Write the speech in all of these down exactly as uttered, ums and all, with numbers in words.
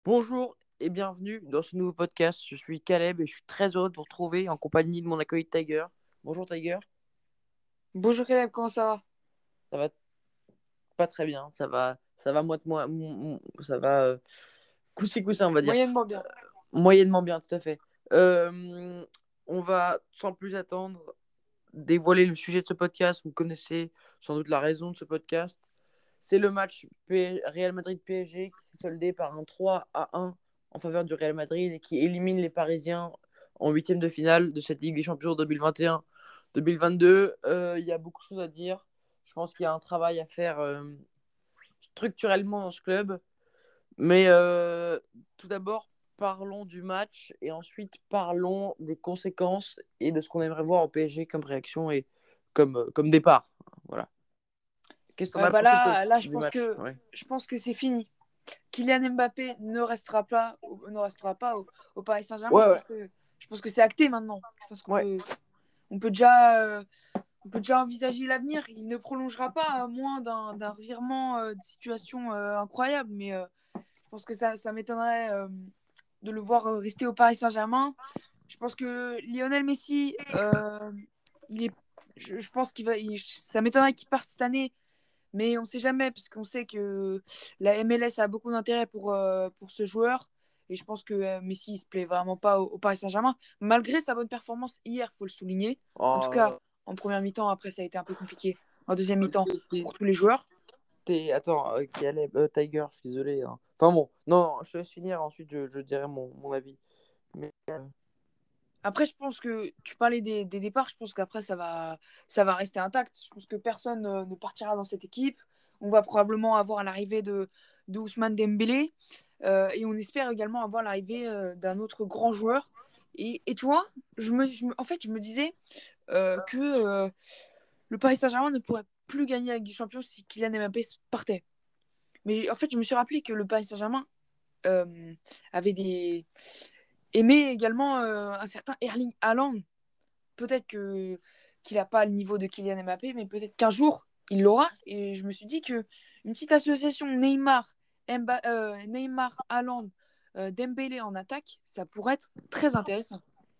Bonjour et bienvenue dans ce nouveau podcast. Je suis Caleb et je suis très heureux de vous retrouver en compagnie de mon acolyte Tiger. Bonjour Tiger, Bonjour Caleb, comment ça va? ça va pas très bien, ça va, ça va moite moi, ça va euh, coussi coussi on va dire, Moyennement bien. moyennement bien tout à fait. Euh, on va sans plus attendre dévoiler le sujet de ce podcast. Vous connaissez sans doute la raison de ce podcast. C'est le match P- Real Madrid-P S G qui s'est soldé par un trois à un en faveur du Real Madrid et qui élimine les Parisiens en huitième de finale de cette Ligue des Champions deux mille vingt et un deux mille vingt-deux. Euh, Il y a beaucoup de choses à dire. Je pense qu'il y a un travail à faire euh, structurellement dans ce club. Mais euh, tout d'abord, parlons du match et ensuite parlons des conséquences et de ce qu'on aimerait voir au P S G comme réaction et comme, euh, comme départ. Voilà. Qu'est-ce qu'on Euh, a bah pensé de- là, là, je du pense match? que Ouais. je pense que c'est fini. Kylian Mbappé ne restera pas, ne restera pas au, au Paris Saint-Germain. Ouais, Je ouais. pense que je pense que c'est acté maintenant. Je pense qu'on Ouais. peut on peut déjà euh, on peut déjà envisager l'avenir. Il ne prolongera pas à moins d'un d'un revirement euh, de situation euh, incroyable. Mais euh, je pense que ça, ça m'étonnerait euh, de le voir euh, rester au Paris Saint-Germain. Je pense que Lionel Messi, euh, il est, je, je pense qu'il va, il- ça m'étonnerait qu'il parte cette année, mais on ne sait jamais, parce qu'on sait que la M L S a beaucoup d'intérêt pour, euh, pour ce joueur. Et je pense que euh, Messi ne se plaît vraiment pas au, au Paris Saint-Germain, malgré sa bonne performance hier, il faut le souligner. En tout cas, Oh, en première mi-temps, après, ça a été un peu compliqué. En deuxième mi-temps, t'es- t'es- pour tous les joueurs. t'es- Attends, euh, Caleb, euh, Tiger, je suis désolé, hein. Enfin bon, non, non, je te laisse finir, ensuite je, je dirai mon, mon avis. Mais, euh, Après, je pense que tu parlais des, des départs. Je pense qu'après, ça va, ça va rester intact. Je pense que personne euh, ne partira dans cette équipe. On va probablement avoir l'arrivée de, de Ousmane Dembélé. Euh, et on espère également avoir l'arrivée euh, d'un autre grand joueur. Et, et tu vois, je me, je me- en fait, je me disais euh, que euh, le Paris Saint-Germain ne pourrait plus gagner avec des champions si Kylian Mbappé partait. Mais en fait, je me suis rappelé que le Paris Saint-Germain euh, avait des aimait également euh, un certain Erling Haaland. Peut-être que qu'il n'a pas le niveau de Kylian Mbappé, mais peut-être qu'un jour, il l'aura. Et je me suis dit que une petite association Neymar, Mba, euh, Neymar, Haaland, euh, Dembélé en attaque, ça pourrait être très intéressant.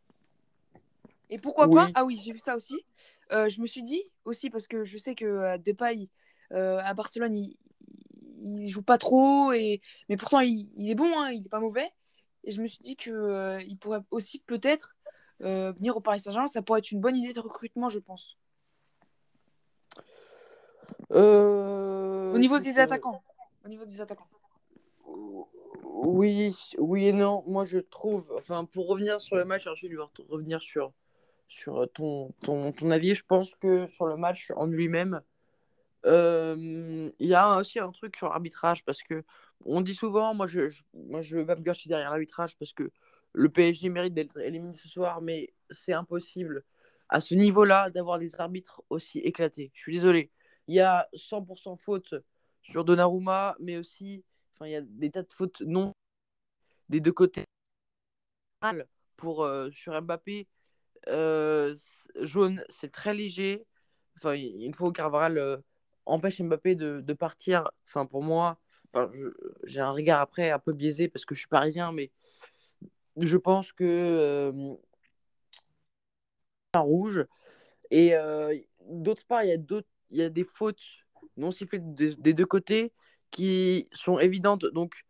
Et pourquoi pas? oui, Ah oui, j'ai vu ça aussi. Euh, je me suis dit aussi, parce que je sais que euh, Depay, euh, à Barcelone, il, il joue pas trop, et... mais pourtant, il, il est bon, hein, il est pas mauvais. Et je me suis dit qu'il euh, il pourrait aussi peut-être euh, venir au Paris Saint-Germain. Ça pourrait être une bonne idée de recrutement, je pense. Au euh, niveau écoute, des euh, attaquants. Au niveau des attaquants. oui, oui et non. Moi, je trouve, enfin, pour revenir sur le match, ensuite, je vais re- revenir sur, sur ton, ton, ton avis. Je pense que sur le match en lui-même, euh, il y a aussi un truc sur l'arbitrage parce que on dit souvent, moi, je, je, moi, je vais pas me cacher derrière l'arbitrage parce que le P S G mérite d'être éliminé ce soir, mais c'est impossible à ce niveau-là d'avoir des arbitres aussi éclatés. Je suis désolé. Il y a cent pour cent faute sur Donnarumma, mais aussi, enfin, il y a des tas de fautes non des deux côtés. Pour euh, sur Mbappé, euh, jaune, c'est très léger. Enfin, une fois où Carvajal euh, empêche Mbappé de, de partir, enfin, pour moi, enfin, je- j'ai un regard après un peu biaisé parce que je suis parisien, mais je pense que euh, un rouge. Et euh, d'autre part, il y a d'autres, il y a des fautes non sifflées des, des deux côtés qui sont évidentes. Donc,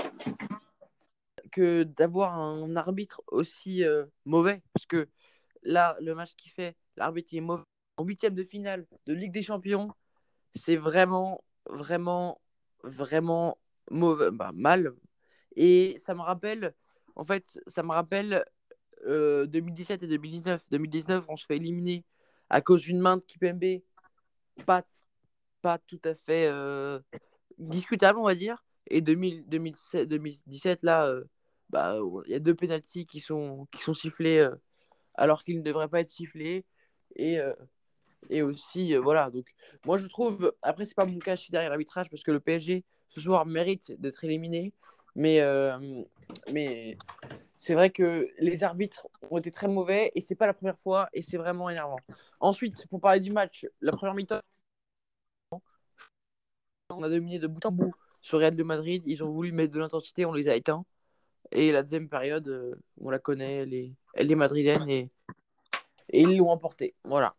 que d'avoir un arbitre aussi euh, mauvais, parce que là, le match qu'il fait, l'arbitre est mauvais en huitième de finale de Ligue des Champions, c'est vraiment, vraiment, vraiment mauvais, bah, mal. Et ça me rappelle, en fait, ça me rappelle euh, deux mille dix-sept et deux mille dix-neuf. deux mille dix-neuf, on se fait éliminer à cause d'une main de Kipembe, pas, pas tout à fait euh, discutable, on va dire. Et deux mille, deux mille sept, deux mille dix-sept, là, euh, bah, il y a deux pénaltys qui sont, qui sont sifflés euh, alors qu'ils ne devraient pas être sifflés. Et, euh, et aussi, euh, voilà. Donc, moi, je trouve, après, c'est pas mon cas, je suis derrière l'arbitrage parce que le P S G, ce soir, mérite d'être éliminé. Mais, euh, mais c'est vrai que les arbitres ont été très mauvais et c'est pas la première fois et c'est vraiment énervant. Ensuite, pour parler du match, la première mi-temps, on a dominé de bout en bout sur Real de Madrid, ils ont voulu mettre de l'intensité, on les a éteints. Et la deuxième période, euh, on la connaît, elle est, elle est madrilène et, et ils l'ont emportée. Voilà.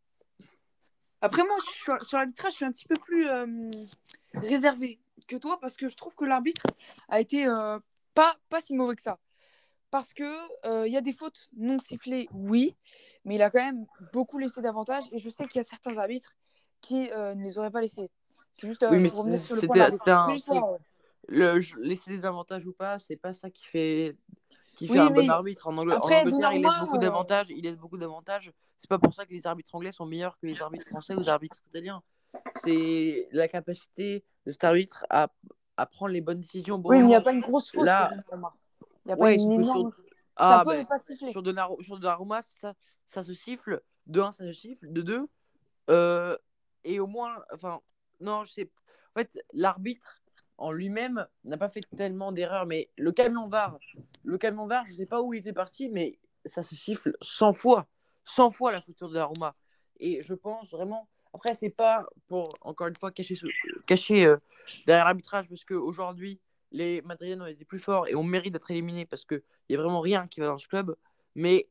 Après, moi, sur, sur l'arbitrage, je suis un petit peu plus euh, réservé que toi parce que je trouve que l'arbitre a été euh, pas, pas si mauvais que ça. Parce que euh, il y a des fautes non sifflées, oui, mais il a quand même beaucoup laissé d'avantages. Et je sais qu'il y a certains arbitres qui euh, ne les auraient pas laissés. C'est juste Oui, euh, mais pour revenir sur le point de c'était, l'arbitre. c'était C'est un, juste c'est, pour... le, laisser des avantages ou pas, c'est pas ça qui fait, qui fait Oui, un bon mais arbitre. En, Angl- en après, Angleterre, il laisse Donnarumma, beaucoup euh, d'avantages. Il laisse beaucoup d'avantages. C'est pas pour ça que les arbitres anglais sont meilleurs que les arbitres français ou les arbitres italiens. C'est la capacité de cet arbitre à, à prendre les bonnes décisions au bon oui, mais il n'y a moment. pas une grosse faute sur Là, Donnarumma. Il n'y a pas ouais, une sauf que sur, énorme... Ça ah, peut ne ben, pas siffler. sur, Donnar- sur Donnarumma, ça, ça se siffle. De un, ça se siffle. De deux, euh, et au moins, enfin, non, je sais. En fait, l'arbitre en lui-même n'a pas fait tellement d'erreurs, mais le camion V A R, le camion V A R, je sais pas où il était parti, mais ça se siffle cent fois, cent fois la faute de la Roma. Et je pense vraiment. Après, c'est pas pour encore une fois cacher, cacher euh, derrière l'arbitrage, parce qu'aujourd'hui, les Madrilènes ont été plus forts et on mérite d'être éliminés parce qu'il n'y a vraiment rien qui va dans ce club. Mais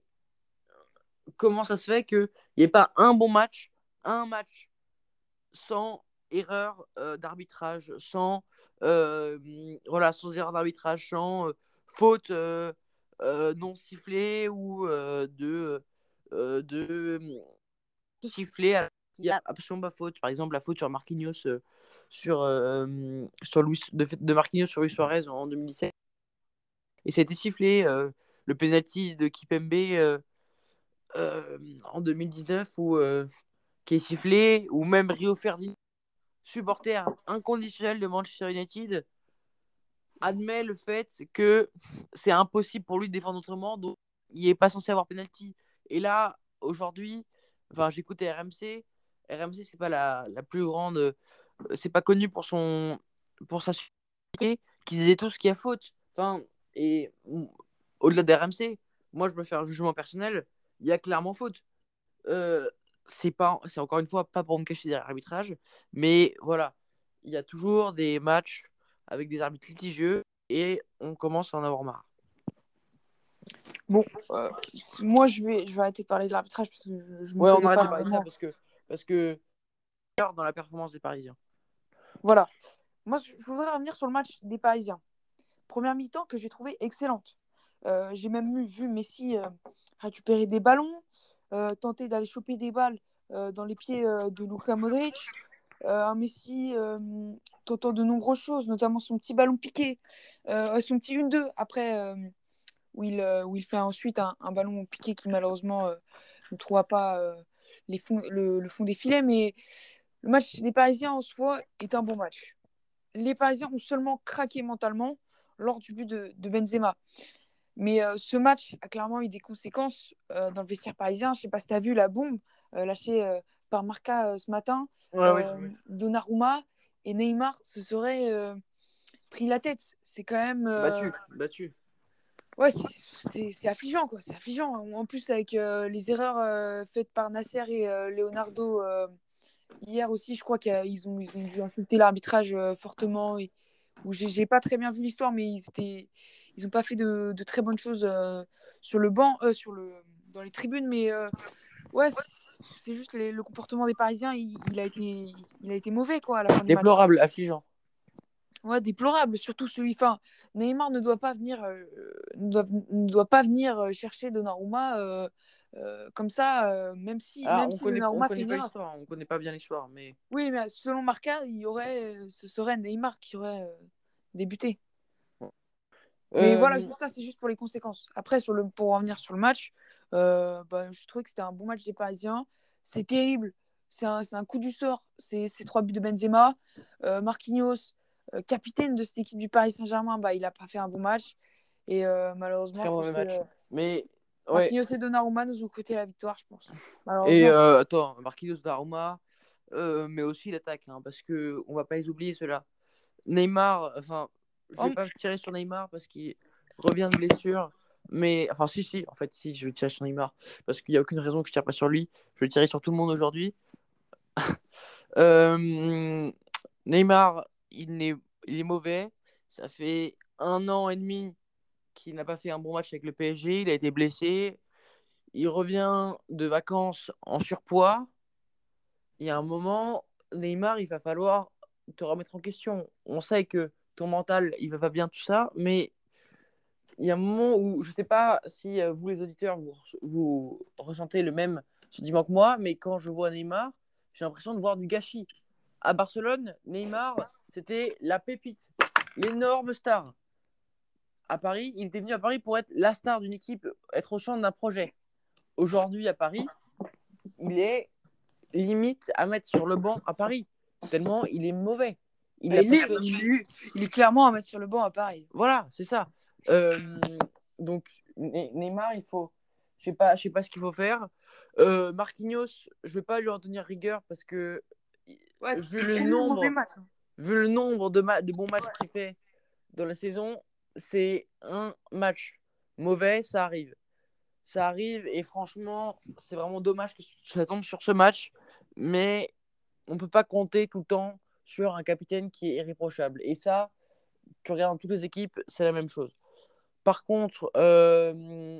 comment ça se fait qu'il n'y ait pas un bon match, un match sans erreur euh, d'arbitrage, sans, euh, voilà, sans erreur d'arbitrage, sans euh, faute euh, euh, non sifflée ou euh, de, euh, de euh, siffler à il y a absolument pas faute. Par exemple, la faute sur Marquinhos, euh, sur, euh, sur Luis, de, de Marquinhos sur Luis Suarez en deux mille dix-sept. Et ça a été sifflé. Euh, le penalty de Kipembe euh, euh, en deux mille dix-neuf où, euh, qui est sifflé, ou même Rio Ferdinand, supporter inconditionnel de Manchester United, admet le fait que c'est impossible pour lui de défendre autrement, donc il n'est pas censé avoir penalty. Et là, aujourd'hui, enfin, j'écoutais R M C. R M C, c'est pas la, la plus grande, euh, c'est pas connu pour son, pour sa supériorité, qui disait tout ce qui a faute. Enfin, et au-delà de R M C, moi, je me fais un jugement personnel. Il y a clairement faute. Euh, c'est pas, c'est encore une fois pas pour me cacher derrière l'arbitrage, mais voilà, il y a toujours des matchs avec des arbitres litigieux et on commence à en avoir marre. Bon, euh, moi, je vais, je vais arrêter de parler de l'arbitrage parce que je ne m'y Ouais, on connais arrête pas de parler de ça vraiment. parce que parce que dans la performance des Parisiens. Voilà. Moi, je voudrais revenir sur le match des Parisiens. Première mi-temps que j'ai trouvé excellente. Euh, j'ai même vu Messi euh, récupérer des ballons, euh, tenter d'aller choper des balles euh, dans les pieds euh, de Luka Modric. Euh, un Messi euh, tentant de nombreuses choses, notamment son petit ballon piqué, euh, son petit un deux après, euh, où, il, euh, où il fait ensuite un, un ballon piqué qui malheureusement euh, ne trouva pas euh, les fonds, le, le fond des filets. Mais le match des Parisiens en soi est un bon match. Les Parisiens ont seulement craqué mentalement lors du but de, de Benzema. Mais euh, ce match a clairement eu des conséquences euh, dans le vestiaire parisien. Je ne sais pas si tu as vu la bombe euh, lâchée euh, par Marca euh, ce matin. Ouais, ouais, Euh, Donnarumma et Neymar se seraient euh, pris la tête. C'est quand même. Euh... battu, battu. Ouais, c'est, c'est affligeant, quoi. C'est affligeant. En plus, avec euh, les erreurs euh, faites par Nasser et euh, Leonardo euh, hier aussi, je crois qu'ils ont, ils ont dû insulter l'arbitrage euh, fortement. Et, où j'ai, j'ai pas très bien vu l'histoire, mais ils étaient, ils ont pas fait de, de très bonnes choses euh, sur le banc, euh, sur le, dans les tribunes. Mais euh, ouais, c'est, c'est juste les- le comportement des Parisiens, il, il a été, il a été mauvais quoi à la fin du match. Déplorable, affligeant. Ouais, déplorable. Surtout celui. Enfin, Neymar ne doit pas venir, euh, ne doit, ne doit pas venir euh, chercher Donnarumma euh, euh, comme ça, euh, même si, Ah, même on si connaît, on Donnarumma fait connaît une pas erreur. l'histoire, on connaît pas bien l'histoire, mais Oui, mais selon Marca, il y aurait, euh, ce serait Neymar qui aurait euh, débuté. Mais voilà, euh, juste ça, c'est juste pour les conséquences. Après, sur le, pour revenir sur le match, euh, bah, je trouvais que c'était un bon match des Parisiens. C'est terrible. C'est un, c'est un coup du sort. C'est ces trois buts de Benzema. Euh, Marquinhos, euh, capitaine de cette équipe du Paris Saint-Germain, bah, il n'a pas fait un bon match. Et euh, malheureusement, très je pense mauvais que match. euh, Mais ouais. Marquinhos et Donnarumma nous ont coûté la victoire, je pense. Et Malheureusement. euh, attends, Marquinhos, Donnarumma, euh, mais aussi l'attaque, hein, parce que on va pas les oublier ceux-là. Neymar, enfin, je vais Oh, pas tirer sur Neymar parce qu'il revient de blessure. Mais, enfin, si, si, en fait, si, je vais tirer sur Neymar parce qu'il n'y a aucune raison que je tire pas sur lui. Je vais tirer sur tout le monde aujourd'hui. Euh, Neymar, il n'est, il est mauvais. Ça fait un an et demi qu'il n'a pas fait un bon match avec le P S G. Il a été blessé. Il revient de vacances en surpoids. Il y a un moment, Neymar, il va falloir te remettre en question. On sait que ton mental, il va pas bien, tout ça, mais il y a un moment où, je sais pas si euh, vous, les auditeurs, vous, vous ressentez le même sentiment que moi, mais quand je vois Neymar, j'ai l'impression de voir du gâchis. À Barcelone, Neymar, c'était la pépite, l'énorme star. À Paris, il était venu à Paris pour être la star d'une équipe, être au centre d'un projet. Aujourd'hui, à Paris, il est limite à mettre sur le banc à Paris, tellement il est mauvais. Il Bah, a il, est, presque... il, est, il est clairement à mettre sur le banc à Paris. Voilà, c'est ça. Euh, donc, Ne- Neymar, il faut... Je sais pas, je sais pas ce qu'il faut faire. Euh, Marquinhos, je vais pas lui en tenir rigueur parce que Ouais, vu c'est le que le mauvais nombre, match. Hein. vu le nombre de, ma- de bons matchs qu'il fait dans la saison, c'est un match mauvais, ça arrive. Ça arrive et franchement, c'est vraiment dommage que ça tombe sur ce match, mais on ne peut pas compter tout le temps sur un capitaine qui est irréprochable. Et ça, tu regardes dans toutes les équipes, c'est la même chose. Par contre, euh,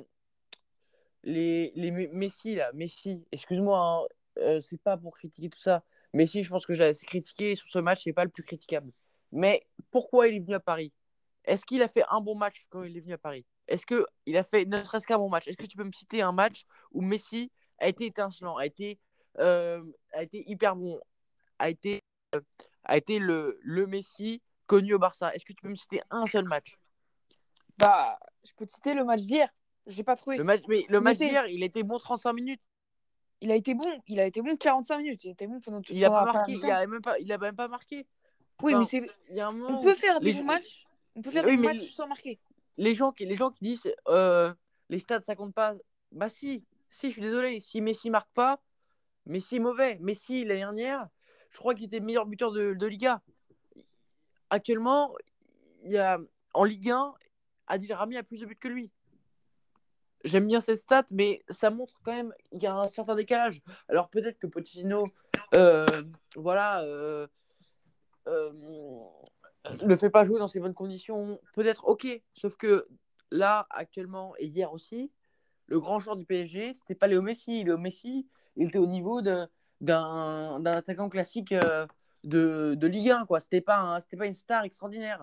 les, les Messi, là, Messi, excuse-moi, hein, euh, c'est pas pour critiquer tout ça. Messi, je pense que j'ai assez critiqué sur ce match, c'est pas le plus critiquable. Mais pourquoi il est venu à Paris? Est-ce qu'il a fait un bon match quand il est venu à Paris? Est-ce qu'il a fait ne serait-ce qu'un bon match? Est-ce que tu peux me citer un match où Messi a été étincelant, a été, euh, a été hyper bon, a été, euh, a été le, le Messi connu au Barça? Est-ce que tu peux me citer un seul match? Bah, je peux te citer le match d'hier. Je l'ai pas Le trouvé. match, mais le Il match était, d'hier, il était bon trente-cinq minutes. il a été bon. Il a été bon quarante-cinq minutes. Il était bon pendant, tout, Il a pendant pas la première marqué, il mi-temps. a même pas, il a même pas marqué. Oui, mais Enfin, c'est, il y a un on moment peut où faire des les, bons matchs. On peut faire des oui, bons mais matchs sans marquer. les gens qui, les gens qui disent euh, les stats ça compte pas, bah si, si, je suis désolé, si Messi marque pas, Messi est mauvais. Messi l'année dernière, je crois qu'il était meilleur buteur de, de Liga. Actuellement, il y a en Ligue un, Adil Rami a plus de buts que lui. J'aime bien cette stat, mais ça montre quand même qu'il y a un certain décalage. Alors peut-être que Pochettino, euh, voilà, euh, euh, le fait pas jouer dans ces bonnes conditions, peut-être ok. Sauf que là, actuellement, et hier aussi, le grand joueur du P S G, c'était pas Léo Messi. Léo Messi, il était au niveau de, d'un, d'un attaquant classique euh, de, de Ligue un, quoi. C'était pas, un, c'était pas une star extraordinaire.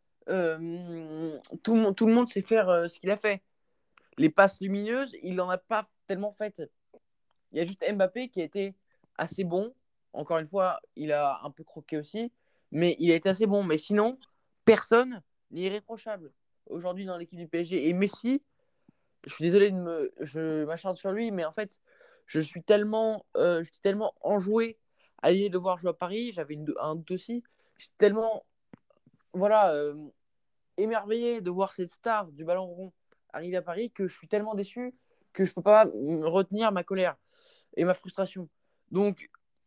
Euh, tout, le monde, tout le monde sait faire euh, ce qu'il a fait. Les passes lumineuses, il n'en a pas tellement faites. Il y a juste Mbappé qui a été assez bon. Encore une fois, il a un peu croqué aussi, mais il a été assez bon. Mais sinon, personne n'est irréprochable aujourd'hui dans l'équipe du P S G. Et Messi, je suis désolé de me, je m'acharne sur lui, mais en fait, je suis tellement, euh, je suis tellement enjoué à l'idée de voir jouer à Paris. J'avais une, un doute aussi. Je suis tellement, voilà, euh, émerveillé de voir cette star du ballon rond arriver à Paris que je suis tellement déçu que je peux pas retenir ma colère et ma frustration. Donc,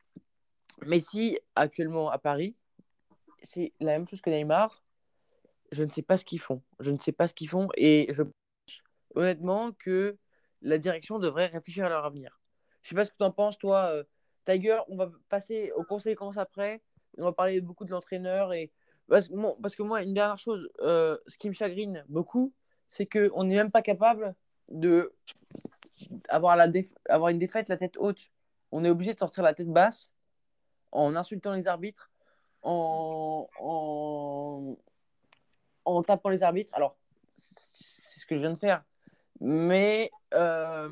Messi, actuellement à Paris, c'est la même chose que Neymar. Je ne sais pas ce qu'ils font. Je ne sais pas ce qu'ils font et je pense honnêtement que la direction devrait réfléchir à leur avenir. Je ne sais pas ce que tu en penses, toi, euh, Tiger. On va passer aux conséquences après. On va parler beaucoup de l'entraîneur. Et... Parce, bon, parce que moi, une dernière chose, euh, ce qui me chagrine beaucoup, c'est qu'on n'est même pas capable de avoir, la déf... avoir une défaite la tête haute. On est obligé de sortir la tête basse en insultant les arbitres, en, en, en tapant les arbitres. Alors, c'est ce que je viens de faire. Mais, euh,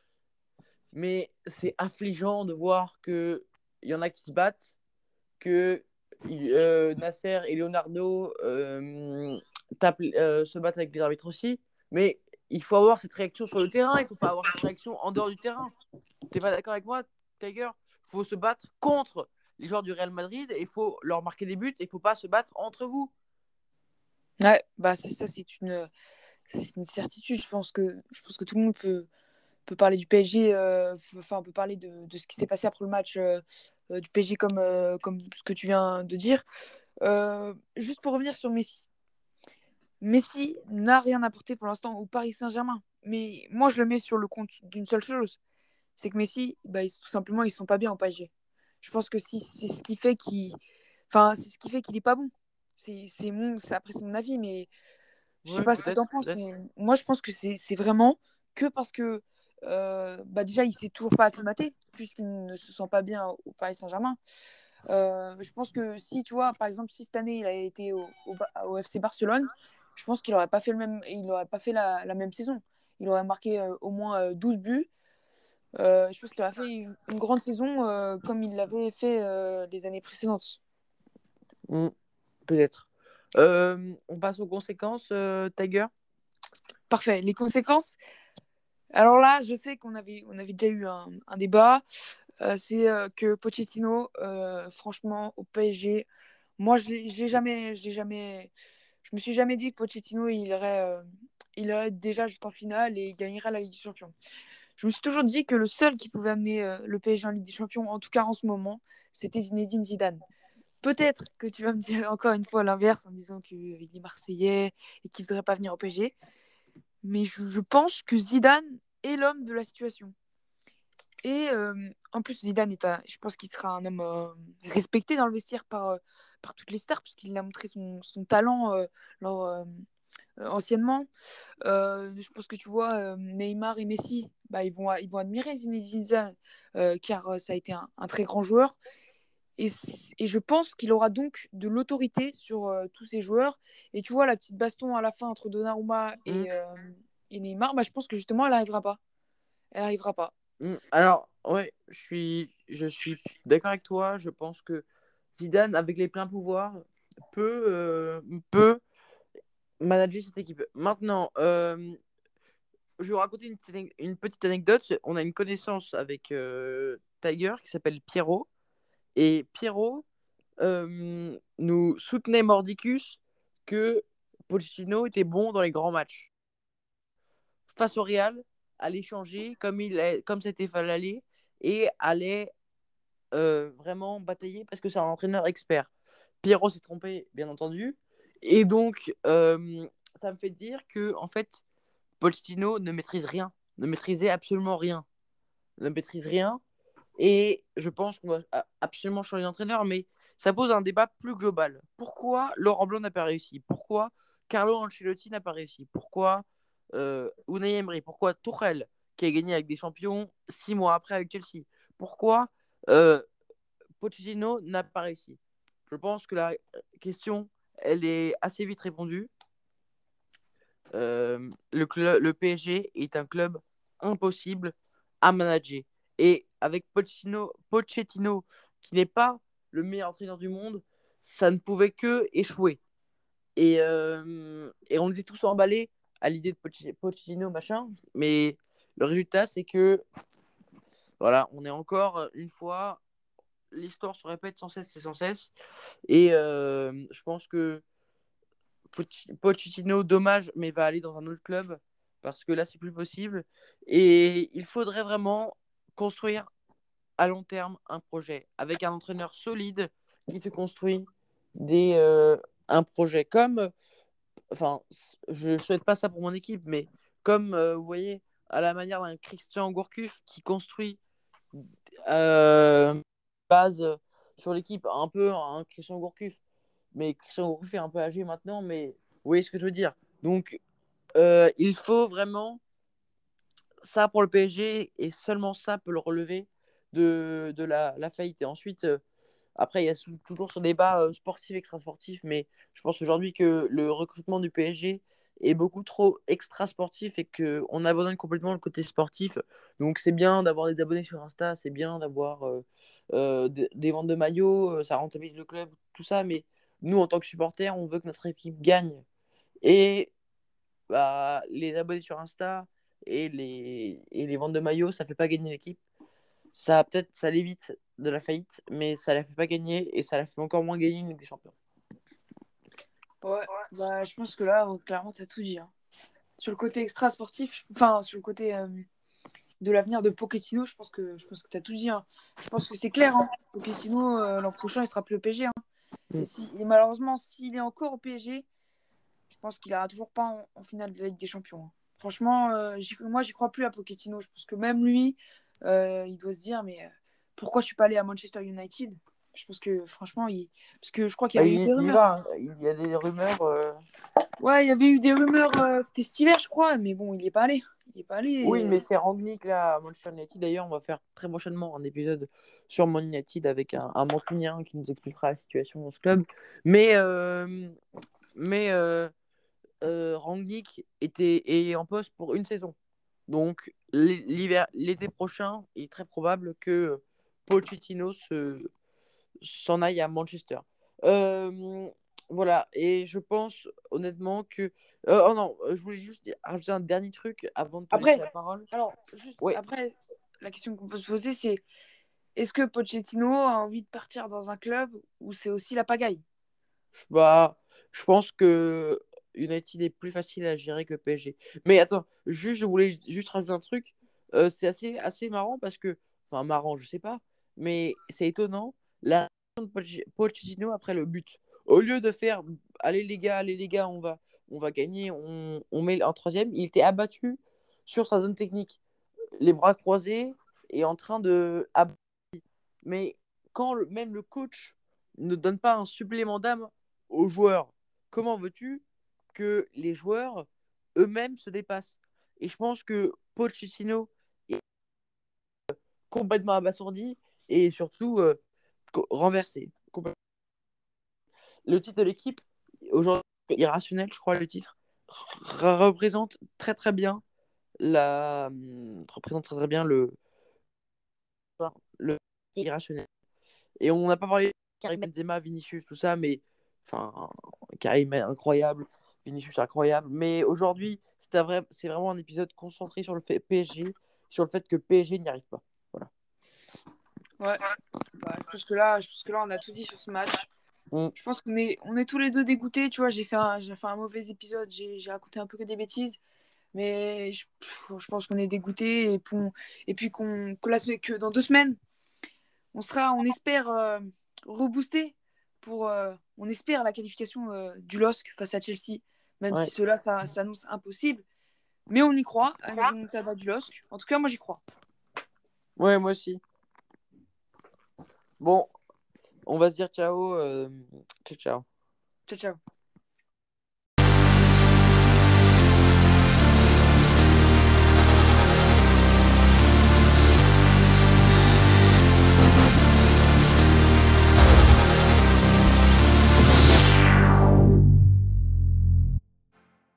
mais c'est affligeant de voir qu'il y en a qui se battent, que euh, Nasser et Leonardo euh, tapent, euh, se battent avec les arbitres aussi. Mais il faut avoir cette réaction sur le terrain, il ne faut pas avoir cette réaction en dehors du terrain. Tu n'es pas d'accord avec moi, Tiger? Il faut se battre contre les joueurs du Real Madrid et il faut leur marquer des buts et il ne faut pas se battre entre vous. Ouais, bah ça, ça c'est une, ça, c'est une certitude. Je pense que, je pense que tout le monde peut, peut parler du P S G. euh, Enfin, on peut parler de, de ce qui s'est passé après le match euh, euh, du P S G comme, euh, comme ce que tu viens de dire. Euh, juste pour revenir sur Messi. Messi n'a rien apporté pour l'instant au Paris Saint-Germain. Mais moi, je le mets sur le compte d'une seule chose. C'est que Messi, bah, ils, tout simplement, ils sont pas bien au P S G. Je pense que si c'est ce qui fait qu'il, enfin, c'est ce qui fait qu'il est pas bon. C'est, c'est mon, c'est, après, c'est mon avis, mais je sais Ouais, pas ce que tu peut-être, en penses, peut-être. mais moi, je pense que c'est, c'est vraiment que parce que euh, bah déjà, il s'est toujours pas acclimaté, puisqu'il ne se sent pas bien au Paris Saint-Germain. Euh, je pense que si, tu vois, par exemple, si cette année, il a été au, au, au F C Barcelone, je pense qu'il n'aurait pas fait, le même, il aurait pas fait la, la même saison. Il aurait marqué euh, au moins euh, douze buts. Euh, je pense qu'il aurait fait une, une grande saison euh, comme il l'avait fait euh, les années précédentes. Hmm, peut-être. Euh, on passe aux conséquences, euh, Tiger. Parfait. Les conséquences. Alors là, je sais qu'on avait, on avait déjà eu un, un débat. Euh, c'est euh, que Pochettino, euh, franchement, au P S G, moi, je l'ai je l'ai jamais, je l'ai jamais, je me suis jamais dit que Pochettino, il irait, euh, il irait déjà juste en finale et il gagnerait la Ligue des Champions. Je me suis toujours dit que le seul qui pouvait amener euh, le P S G en Ligue des Champions, en tout cas en ce moment, c'était Zinedine Zidane. Peut-être que tu vas me dire encore une fois l'inverse en me disant qu'il est marseillais et qu'il ne voudrait pas venir au P S G. Mais je, je pense que Zidane est l'homme de la situation. Et euh, en plus, Zidane, est un- je pense qu'il sera un homme euh, respecté dans le vestiaire par, euh, par toutes les stars, puisqu'il a montré son, son talent euh, lors, euh, euh, anciennement. Euh, je pense que tu vois, euh, Neymar et Messi, bah, ils, vont, ils vont admirer Zinedine Zidane, euh, car euh, ça a été un, un très grand joueur. Et, et je pense qu'il aura donc de l'autorité sur euh, tous ces joueurs. Et tu vois, la petite baston à la fin entre Donnarumma Hmm, et, euh, et Neymar, bah, je pense que justement, elle n'arrivera pas. Elle n'arrivera pas. hmm. Alors, ouais, je suis, je suis d'accord avec toi. Je pense que Zidane, avec les pleins pouvoirs, peut, euh, peut manager cette équipe. Maintenant, euh, je vais vous raconter une, petite- une petite anecdote. On a une connaissance avec euh, Tiger qui s'appelle Pierrot. Et Pierrot euh, nous soutenait mordicus que Pochettino était bon dans les grands matchs. Face au Real, allait changer comme, il est, comme c'était fallait et allait euh, vraiment batailler parce que c'est un entraîneur expert. Pierrot s'est trompé, bien entendu. Et donc, euh, ça me fait dire que, en fait, Pochettino ne maîtrise rien, ne maîtrisait absolument rien, ne maîtrise rien. Et je pense qu'on doit absolument changer d'entraîneur, mais ça pose un débat plus global. Pourquoi Laurent Blanc n'a pas réussi? Pourquoi Carlo Ancelotti n'a pas réussi? Pourquoi euh, Unai Emery? Pourquoi Tuchel, qui a gagné avec des champions six mois après avec Chelsea? Pourquoi euh, Pochettino n'a pas réussi? Je pense que la question, elle est assez vite répondue. Euh, le, club, le P S G est un club impossible à manager. Et avec Pochettino, Pochettino qui n'est pas le meilleur entraîneur du monde, ça ne pouvait que échouer. Et, euh, et on était tous emballés à l'idée de Pochettino, machin. Mais le résultat, c'est que, voilà, on est encore une fois, l'histoire se répète sans cesse et sans cesse. Et euh, je pense que Pochettino, dommage, mais va aller dans un autre club parce que là, c'est plus possible. Et il faudrait vraiment construire à long terme un projet avec un entraîneur solide qui te construit des, euh, un projet comme, enfin, je ne souhaite pas ça pour mon équipe, mais comme euh, vous voyez, à la manière d'un Christian Gourcuff qui construit euh, base sur l'équipe, un peu un Christian Gourcuff, mais Christian Gourcuff est un peu âgé maintenant, mais vous voyez ce que je veux dire. Donc, euh, il faut vraiment ça pour le P S G et seulement ça peut le relever de, de la, la faillite. Et ensuite, euh, après, il y a sou- toujours ce débat euh, sportif, extra-sportif, mais je pense aujourd'hui que le recrutement du P S G est beaucoup trop extra-sportif et qu'on abandonne complètement le côté sportif. Donc, c'est bien d'avoir des abonnés sur Insta, c'est bien d'avoir euh, euh, des, des ventes de maillots, euh, ça rentabilise le club, tout ça, mais nous, en tant que supporters, on veut que notre équipe gagne. Et bah, les abonnés sur Insta et les, et les ventes de maillots, ça fait pas gagner l'équipe. Ça peut-être ça l'évite de la faillite, mais ça la fait pas gagner et ça la fait encore moins gagner une Ligue des Champions. Ouais, bah, je pense que là, euh, clairement, tu as tout dit, hein. Sur le côté extra-sportif, enfin, sur le côté euh, de l'avenir de Pochettino, je pense que, je pense que tu as tout dit, hein. Je pense que c'est clair, hein. Pochettino, euh, l'an prochain, il sera plus au P S G, hein. Et, Mm. si, et malheureusement, s'il est encore au P S G, je pense qu'il n'ira toujours pas en, en finale de la Ligue des Champions, hein. Franchement, euh, j'y- moi, j'y crois plus à Pochettino. Je pense que même lui, euh, il doit se dire, mais euh, pourquoi je suis pas allé à Manchester United? Je pense que franchement, il... parce que je crois qu'il y Bah, avait eu il, des il y rumeurs. va, hein. Il y a des rumeurs. euh, Ouais, il y avait eu des rumeurs, euh, c'était cet hiver, je crois, mais bon, il n'y est pas allé. Il n'est pas Oui, allé. mais c'est Rangnick là à Manchester United. D'ailleurs, on va faire très prochainement un épisode sur Man United avec un, un Mancunien qui nous expliquera la situation dans ce club. Mais, euh, mais euh, euh, Rangnick était est en poste pour une saison. Donc l'hiver, l'été prochain, il est très probable que Pochettino se, s'en aille à Manchester. Euh, voilà, et je pense honnêtement que... euh, oh non, je voulais juste rajouter un dernier truc avant de te laisser Après, la parole. alors, juste Ouais, après, la question qu'on peut se poser, c'est est-ce que Pochettino a envie de partir dans un club où c'est aussi la pagaille? bah, je pense que United est plus facile à gérer que le P S G. Mais attends, juste, je voulais juste rajouter un truc. Euh, c'est assez, assez marrant parce que... Enfin, marrant, je sais pas. Mais c'est étonnant. La réaction de Poch- Pochettino après le but. Au lieu de faire, allez les gars, allez les gars, on va, on va gagner, on, on met en troisième, il était abattu sur sa zone technique, les bras croisés et en train de... Mais quand le- même le coach ne donne pas un supplément d'âme aux joueurs, comment veux-tu que les joueurs eux-mêmes se dépassent? Et je pense que Pochettino est complètement abasourdi et surtout euh, co- renversé. Complètement. Le titre de l'équipe, aujourd'hui, irrationnel, je crois, le titre, r- représente très très bien la représente très très bien le le irrationnel. Et on n'a pas parlé de Karim Benzema, Vinicius, tout ça, mais enfin, Karim est incroyable, Vinicius incroyable. Mais aujourd'hui, c'est un vrai, c'est vraiment un épisode concentré sur le fait P S G, sur le fait que le P S G n'y arrive pas. Voilà. Ouais. Bah, je pense que là, je pense que là, on a tout dit sur ce match. Mm. Je pense qu'on est, on est tous les deux dégoûtés. Tu vois, j'ai fait un, j'ai fait un mauvais épisode. J'ai, j'ai raconté un peu que des bêtises. Mais je, je pense qu'on est dégoûtés. Et, puis on- et puis qu'on, que, la semaine- que dans deux semaines, on sera, on espère, euh, reboosté pour, euh, on espère la qualification euh, du LOSC face à Chelsea. Même si Ouais. cela, ça s'annonce impossible. Mais on y croit à une remontada du LOSC. En tout cas, moi, j'y crois. Ouais, moi aussi. Bon, on va se dire ciao. euh, Ciao, ciao. Ciao, ciao.